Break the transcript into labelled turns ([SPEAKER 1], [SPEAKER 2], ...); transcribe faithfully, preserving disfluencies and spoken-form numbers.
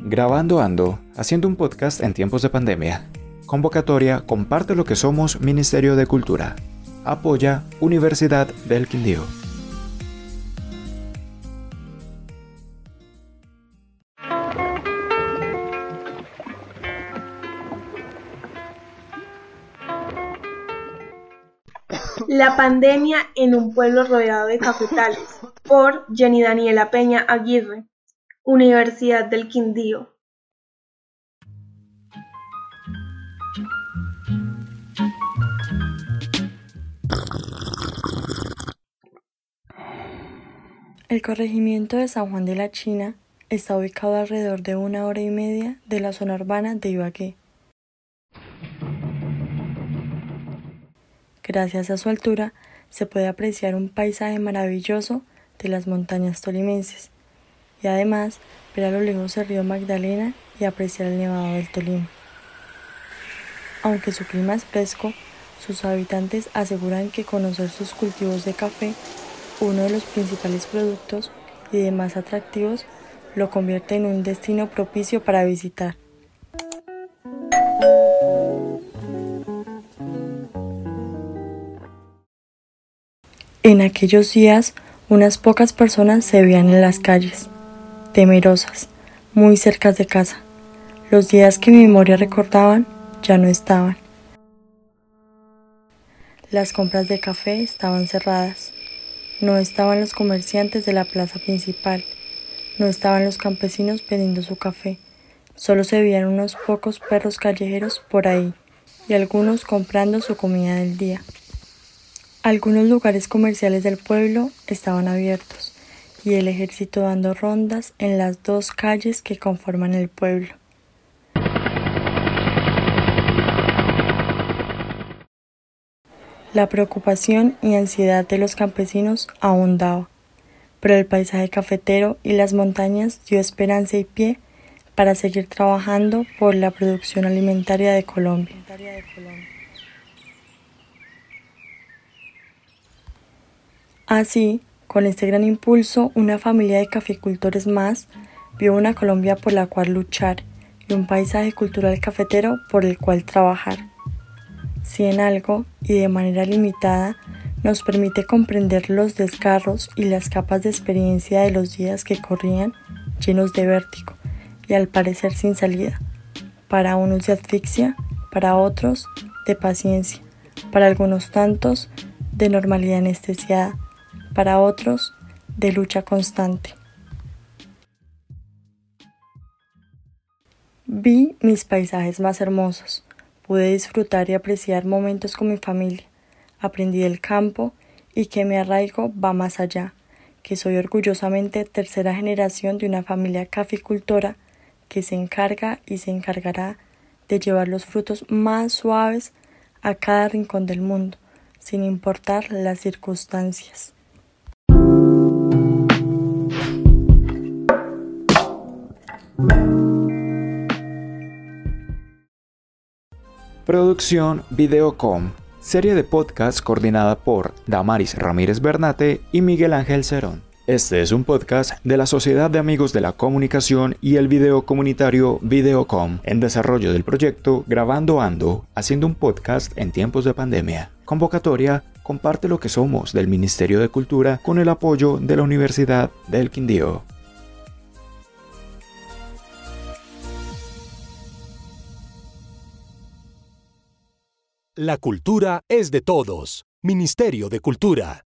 [SPEAKER 1] Grabando ando, haciendo un podcast en tiempos de pandemia. Convocatoria Comparte lo que somos Ministerio de Cultura. Apoya Universidad del Quindío.
[SPEAKER 2] La pandemia en un pueblo rodeado de cafetales, por Jenny Daniela Peña Aguirre, Universidad del Quindío.
[SPEAKER 3] El corregimiento de San Juan de la China está ubicado alrededor de una hora y media de la zona urbana de Ibagué. Gracias a su altura, se puede apreciar un paisaje maravilloso de las montañas tolimenses y además ver a lo lejos el río Magdalena y apreciar el Nevado del Tolima. Aunque su clima es fresco, sus habitantes aseguran que conocer sus cultivos de café, uno de los principales productos y de más atractivos, lo convierte en un destino propicio para visitar. En aquellos días, unas pocas personas se veían en las calles, temerosas, muy cerca de casa. Los días que mi memoria recordaban ya no estaban. Las compras de café estaban cerradas. No estaban los comerciantes de la plaza principal. No estaban los campesinos vendiendo su café. Solo se veían unos pocos perros callejeros por ahí y algunos comprando su comida del día. Algunos lugares comerciales del pueblo estaban abiertos y el ejército dando rondas en las dos calles que conforman el pueblo. La preocupación y ansiedad de los campesinos abundaba, pero el paisaje cafetero y las montañas dio esperanza y pie para seguir trabajando por la producción alimentaria de Colombia. Así, con este gran impulso, una familia de caficultores más vio una Colombia por la cual luchar y un paisaje cultural cafetero por el cual trabajar. Si en algo, y de manera limitada, nos permite comprender los desgarros y las capas de experiencia de los días que corrían llenos de vértigo y al parecer sin salida, para unos de asfixia, para otros de paciencia, para algunos tantos de normalidad anestesiada, para otros de lucha constante. Vi mis paisajes más hermosos, pude disfrutar y apreciar momentos con mi familia, aprendí del campo y que mi arraigo va más allá, que soy orgullosamente tercera generación de una familia caficultora que se encarga y se encargará de llevar los frutos más suaves a cada rincón del mundo, sin importar las circunstancias.
[SPEAKER 1] Producción Videocom, serie de podcast coordinada por Damaris Ramírez Bernate y Miguel Ángel Cerón. Este es un podcast de la Sociedad de Amigos de la Comunicación y el video comunitario Videocom, en desarrollo del proyecto Grabando Ando, haciendo un podcast en tiempos de pandemia. Convocatoria Comparte lo que somos del Ministerio de Cultura con el apoyo de la Universidad del Quindío.
[SPEAKER 4] La cultura es de todos. Ministerio de Cultura.